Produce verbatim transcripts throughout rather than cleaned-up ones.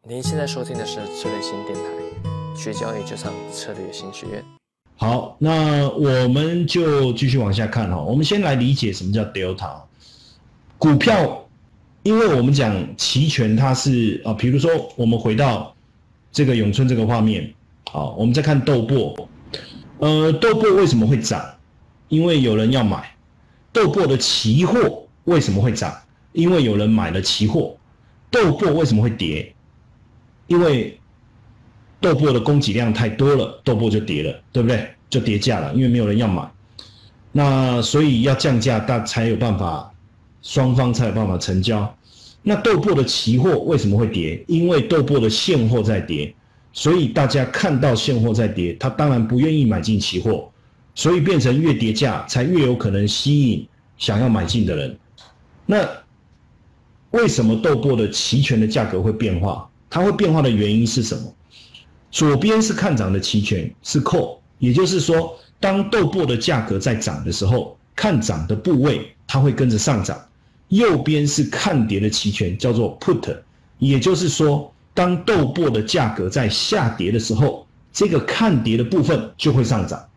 您现在收听的是策略新电台，学交易就上策略新学院。 好，那我们就继续往下看哈。我们先来理解什么叫 Delta 股票，因为我们讲期权它是啊，比如说我们回到这个咏春这个画面，好，我们再看豆粕，呃，豆粕为什么会涨？因为有人要买。豆粕的期货为什么会涨？因为有人买了期货。豆粕为什么会跌？因为豆粕的供给量太多了，豆粕就跌了，对不对？就跌价了，因为没有人要买。那所以要降价，大才有办法，双方才有办法成交。那豆粕的期货为什么会跌？因为豆粕的现货在跌，所以大家看到现货在跌，他当然不愿意买进期货，所以变成越跌价才越有可能吸引想要买进的人。那为什么豆粕的期权的价格会变化？它会变化的原因是什么？左边是看涨的期权，是 call， 也就是说，当豆粕的价格在涨的时候，看涨的部位它会跟着上涨。右边是看跌的期权，叫做 put， 也就是说，当豆粕的价格在下跌的时候，这个看跌的部分就会上涨。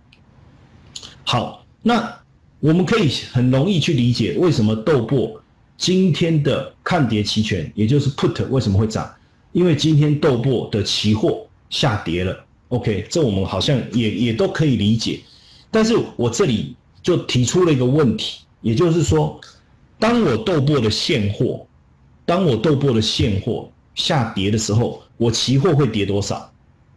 好，那我们可以很容易去理解为什么豆粕今天的看跌期权，也就是 put 为什么会涨？因为今天豆粕的期货下跌了 ，OK， 这我们好像也也都可以理解。但是我这里就提出了一个问题，也就是说，当我豆粕的现货，当我豆粕的现货下跌的时候，我期货会跌多少？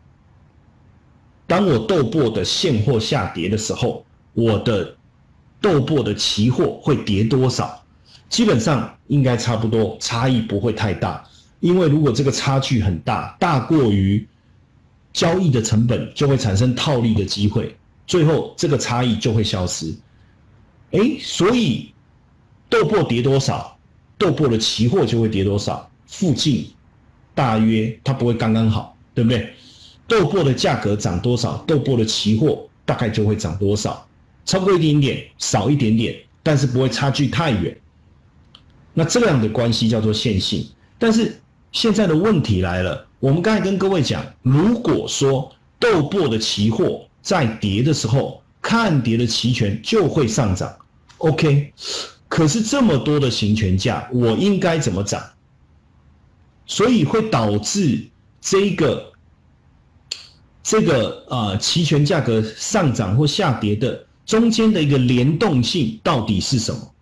当我豆粕的现货下跌的时候，我的豆粕的期货会跌多少？基本上应该差不多，差异不会太大。因为如果这个差距很大，大过于交易的成本，就会产生套利的机会，最后这个差异就会消失。诶，所以豆粕跌多少，豆粕的期货就会跌多少，附近大约它不会刚刚好，对不对？豆粕的价格涨多少，豆粕的期货大概就会涨多少，超过一点点，少一点点，但是不会差距太远。那这样的关系叫做线性。但是现在的问题来了，我们刚才跟各位讲，如果说豆粕的期货在跌的时候，看跌的期权就会上涨 ，OK， 可是这么多的行权价，我应该怎么涨？所以会导致这个这个呃期权价格上涨或下跌的中间的一个联动性到底是什么？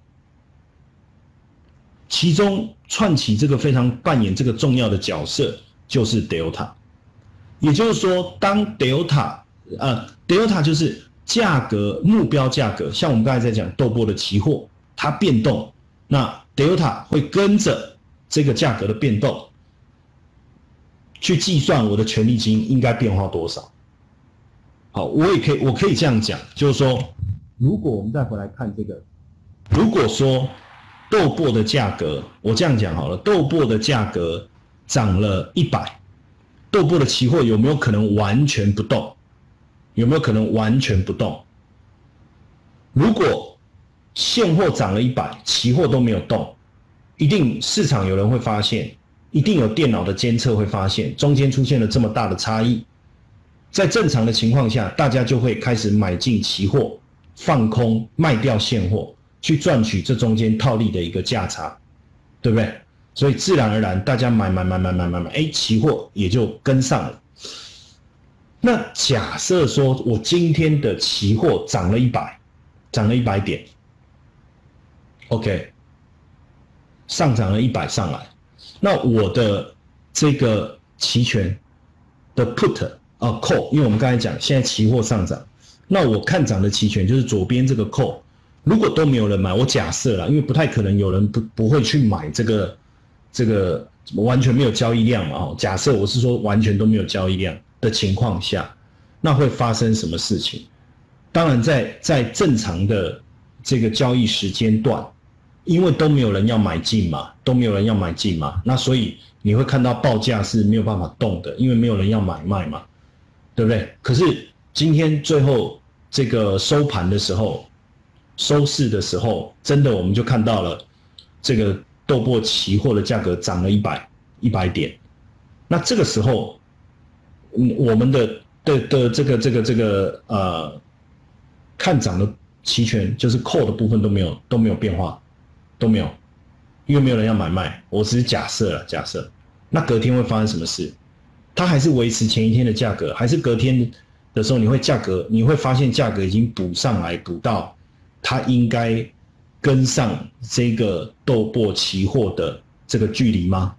其中串起这个非常扮演这个重要的角色就是 Delta， 也就是说，当 Delta 呃 Delta 就是价格目标价格，像我们刚才在讲豆粕的期货，它变动，那 Delta 会跟着这个价格的变动去计算我的权利金应该变化多少。好，我也可以我可以这样讲，就是说，如果我们再回来看这个，如果说豆粕的价格，我这样讲好了，豆粕的价格涨了一百，豆粕的期货有没有可能完全不动？有没有可能完全不动？如果现货涨了一百，期货都没有动，一定市场有人会发现，一定有电脑的监测会发现，中间出现了这么大的差异。在正常的情况下，大家就会开始买进期货，放空卖掉现货，去赚取这中间套利的一个价差，对不对？所以自然而然大家买买买买买买买，哎，期货也就跟上了。那假设说我今天的期货涨了一百，涨了一百点 ，OK， 上涨了一百上来，那我的这个期权的 put 啊 call， 因为我们刚才讲现在期货上涨，那我看涨的期权就是左边这个 call。如果都没有人买，我假设啦，因为不太可能有人不不会去买这个这个完全没有交易量嘛，哦，假设我是说完全都没有交易量的情况下，那会发生什么事情？当然在在正常的这个交易时间段，因为都没有人要买进嘛，都没有人要买进嘛，那所以你会看到报价是没有办法动的，因为没有人要买卖嘛，对不对？可是今天最后这个收盘的时候。收市的时候，真的我们就看到了这个豆粕期货的价格涨了一百一百点， 那这个时候，嗯，我们的的的这个这个这个呃看涨的期权，就是 call 的部分都没有都没有变化，都没有，因为没有人要买卖，我只是假设了假设。那隔天会发生什么事？它还是维持前一天的价格，还是隔天的时候你会价格你会发现价格已经补上来，补到它应该跟上这个豆粕期货的这个距离吗？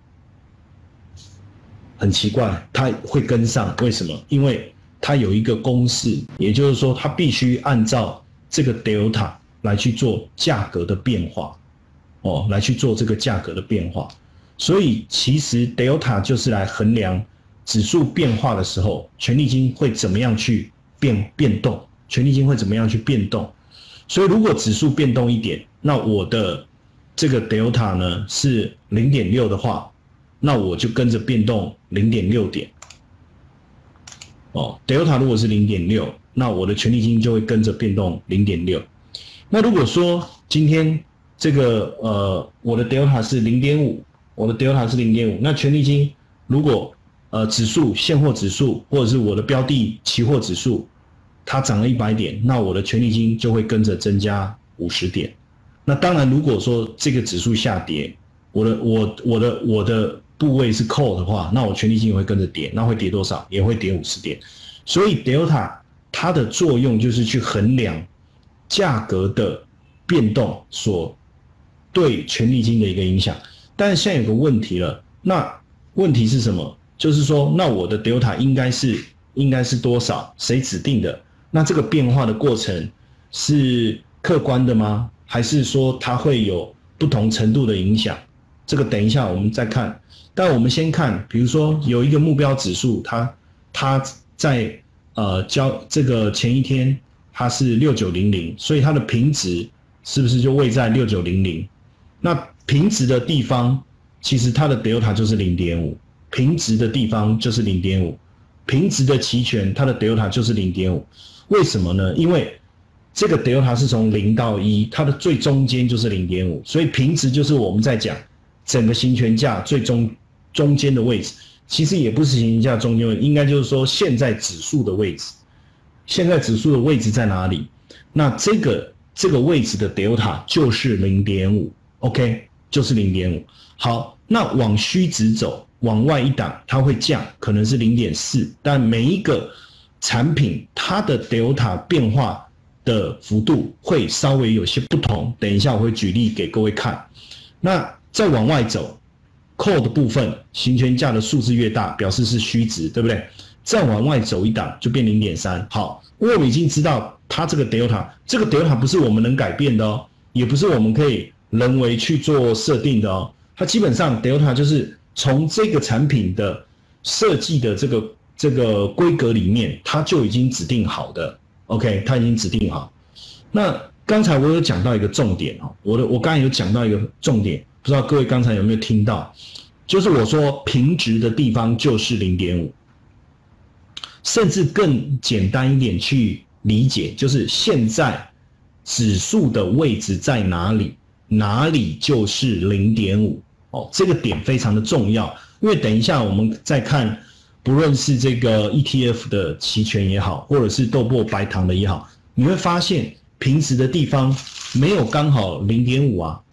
很奇怪，它会跟上，为什么？因为它有一个公式，也就是说它必须按照这个 delta 来去做价格的变化，哦，来去做这个价格的变化。所以其实 delta 就是来衡量指数变化的时候，权利金会怎么样去变变动，权利金会怎么样去变动。所以如果指数变动一点，那我的这个 delta 呢是 零点六 的话，那我就跟着变动 零点六 点。哦 ，delta 如果是 零点六，那我的权利金就会跟着变动 零点六。那如果说今天这个呃我的 delta 是 零点五， 我的 delta 是 零点五， 那权利金如果呃指数现货指数或者是我的标的期货指数它涨了一百点，那我的权利金就会跟着增加五十点。那当然如果说这个指数下跌，我的我我的我的部位是 call 的话，那我权利金也会跟着跌，那会跌多少？也会跌五十点。所以 delta 它的作用就是去衡量价格的变动所对权利金的一个影响。但是现在有个问题了，那问题是什么？就是说，那我的 delta 应该是应该是多少？谁指定的？那这个变化的过程是客观的吗？还是说它会有不同程度的影响？这个等一下我们再看。但我们先看，比如说有一个目标指数，它它在呃交这个前一天它是六九零零，所以它的平值是不是就位在六九零零？那平值的地方，其实它的 delta 就是 零点五， 平值的地方就是 零点五， 平值的期权它的 delta 就是 零点五。为什么呢？因为这个 delta 是从零到一，它的最中间就是 零点五， 所以平值就是我们在讲整个行权价最中中间的位置，其实也不是行权价中间位置，应该就是说现在指数的位置，现在指数的位置在哪里？那这个这个位置的 delta 就是 零点五 ，OK， 就是 零点五。好，那往虚值走，往外一档它会降，可能是 零点四， 但每一个产品它的 delta 变化的幅度会稍微有些不同，等一下我会举例给各位看。那再往外走 call 的部分，行权价的数字越大，表示是虚值，对不对？再往外走一档就变 零点三。好，因为我们已经知道它这个 delta， 这个 delta 不是我们能改变的哦，也不是我们可以人为去做设定的哦。它基本上 delta 就是从这个产品的设计的这个这个规格里面，它就已经指定好的。OK， 它已经指定好。那刚才我有讲到一个重点哦，我的我刚才有讲到一个重点，不知道各位刚才有没有听到？就是我说平值的地方就是 零点五， 甚至更简单一点去理解，就是现在指数的位置在哪里，哪里就是 零点五 哦，这个点非常的重要，因为等一下我们再看。不论是这个 E T F 的期权也好，或者是豆粕白糖的也好，你会发现平值的地方没有刚好 零点五 啊。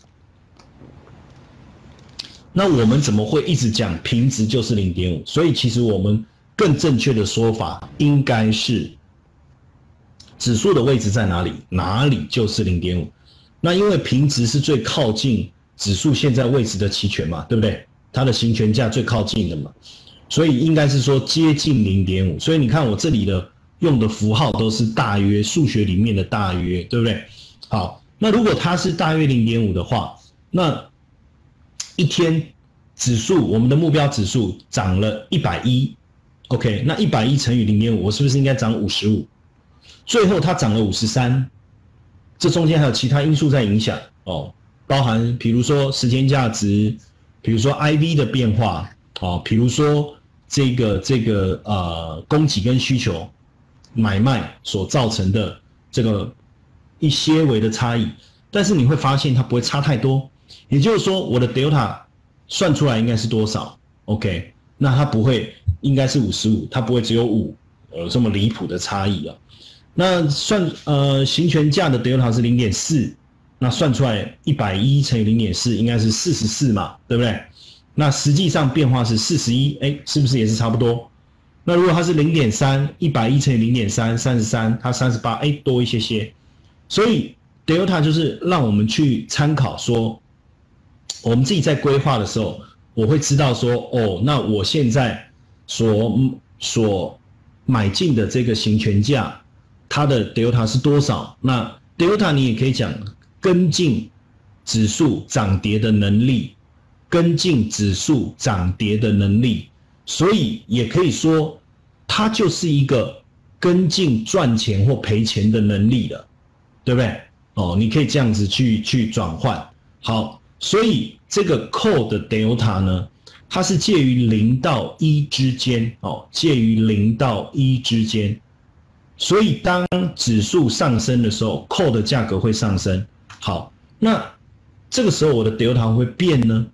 那我们怎么会一直讲平值就是 零点五？ 所以其实我们更正确的说法应该是指数的位置在哪里，哪里就是 零点五。那因为平值是最靠近指数现在位置的期权嘛，对不对？它的行权价最靠近的嘛。所以应该是说接近 零点五， 所以你看我这里的用的符号都是大约，数学里面的大约，对不对？好，那如果它是大约 零点五 的话，那一天指数我们的目标指数涨了一百一 ，OK， 那一百一乘以 零点五， 我是不是应该涨五十五？最后它涨了五十三，这中间还有其他因素在影响哦，包含比如说时间价值，比如说 I V 的变化。哦，比如说这个这个呃供给跟需求买卖所造成的这个一些微的差异，但是你会发现它不会差太多，也就是说我的 delta 算出来应该是多少 ？OK， 那它不会应该是五十五，它不会只有五有这么离谱的差异啊。那算呃行权价的 delta 是 零点四， 那算出来一百一乘以 零点四 应该是四十四嘛，对不对？那实际上变化是四十一，哎，是不是也是差不多？那如果它是 零点三， 一百一乘以 零点三 三十三，它三十八，哎，多一些些。所以 delta 就是让我们去参考说，我们自己在规划的时候，我会知道说，哦，那我现在所所买进的这个行权价，它的 delta 是多少？那 delta 你也可以讲跟进指数涨跌的能力，跟进指数涨跌的能力，所以也可以说它就是一个跟进赚钱或赔钱的能力了，对不对？哦，你可以这样子去去转换。好，所以这个 call 的 delta 呢，它是介于零到一之间，哦，介于零到一之间。所以当指数上升的时候 ，call 的价格会上升。好，那这个时候我的 delta 会不会变呢？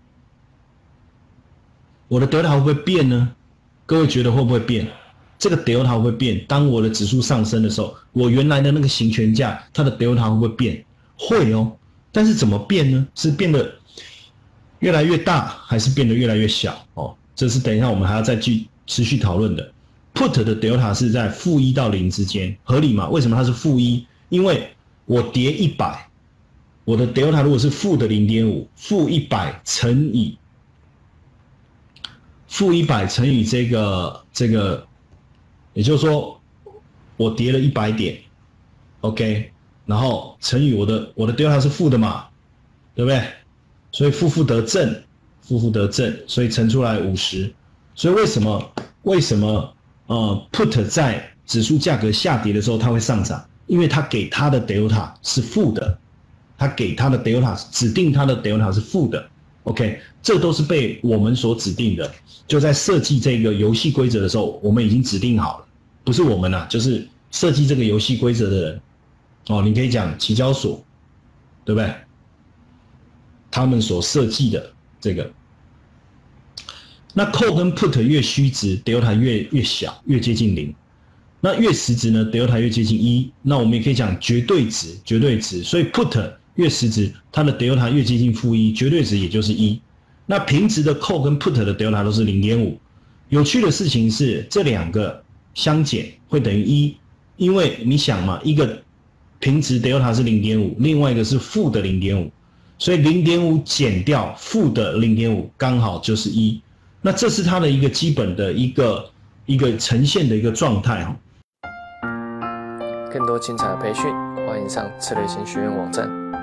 我的 delta 会不会变呢？各位觉得会不会变？这个 delta 会不会变？当我的指数上升的时候，我原来的那个行权价，它的 delta 会不会变？会哦，但是怎么变呢？是变得越来越大，还是变得越来越小？哦，这是等一下我们还要再继持续讨论的。Put 的 delta 是在负一到零之间，合理吗？为什么它是负一？因为我跌一百，我的 delta 如果是负的 零点五， 负一百乘以负一百乘以这个这个，也就是说我跌了一百点 ，OK， 然后乘以我的我的 delta 是负的嘛，对不对？所以负负得正，负负得正，所以乘出来五十。所以为什么为什么呃 put 在指数价格下跌的时候它会上涨？因为它给它的 delta 是负的，它给它的 delta 指定它的 delta 是负的 ，OK， 这都是被我们所指定的。就在设计这个游戏规则的时候，我们已经指定好了，不是我们啊，就是设计这个游戏规则的人。哦，你可以讲期交所，对不对？他们所设计的这个。那 call 跟 put 越虚值 delta 越越小，越接近零。那越实值呢 delta 越接近一。那我们也可以讲绝对值，绝对值。所以 put 越实值，它的 delta 越接近负一，绝对值也就是一。那平值的 call 跟 put 的 delta 都是 零点五。有趣的事情是这两个相减会等于一，因为你想嘛，一个平值 delta 是 零点五， 另外一个是负的 零点五， 所以 零点五 减掉负的 零点五 刚好就是一。那这是它的一个基本的一个一个呈现的一个状态。 更多精彩的培训，欢迎上策略型学院网站。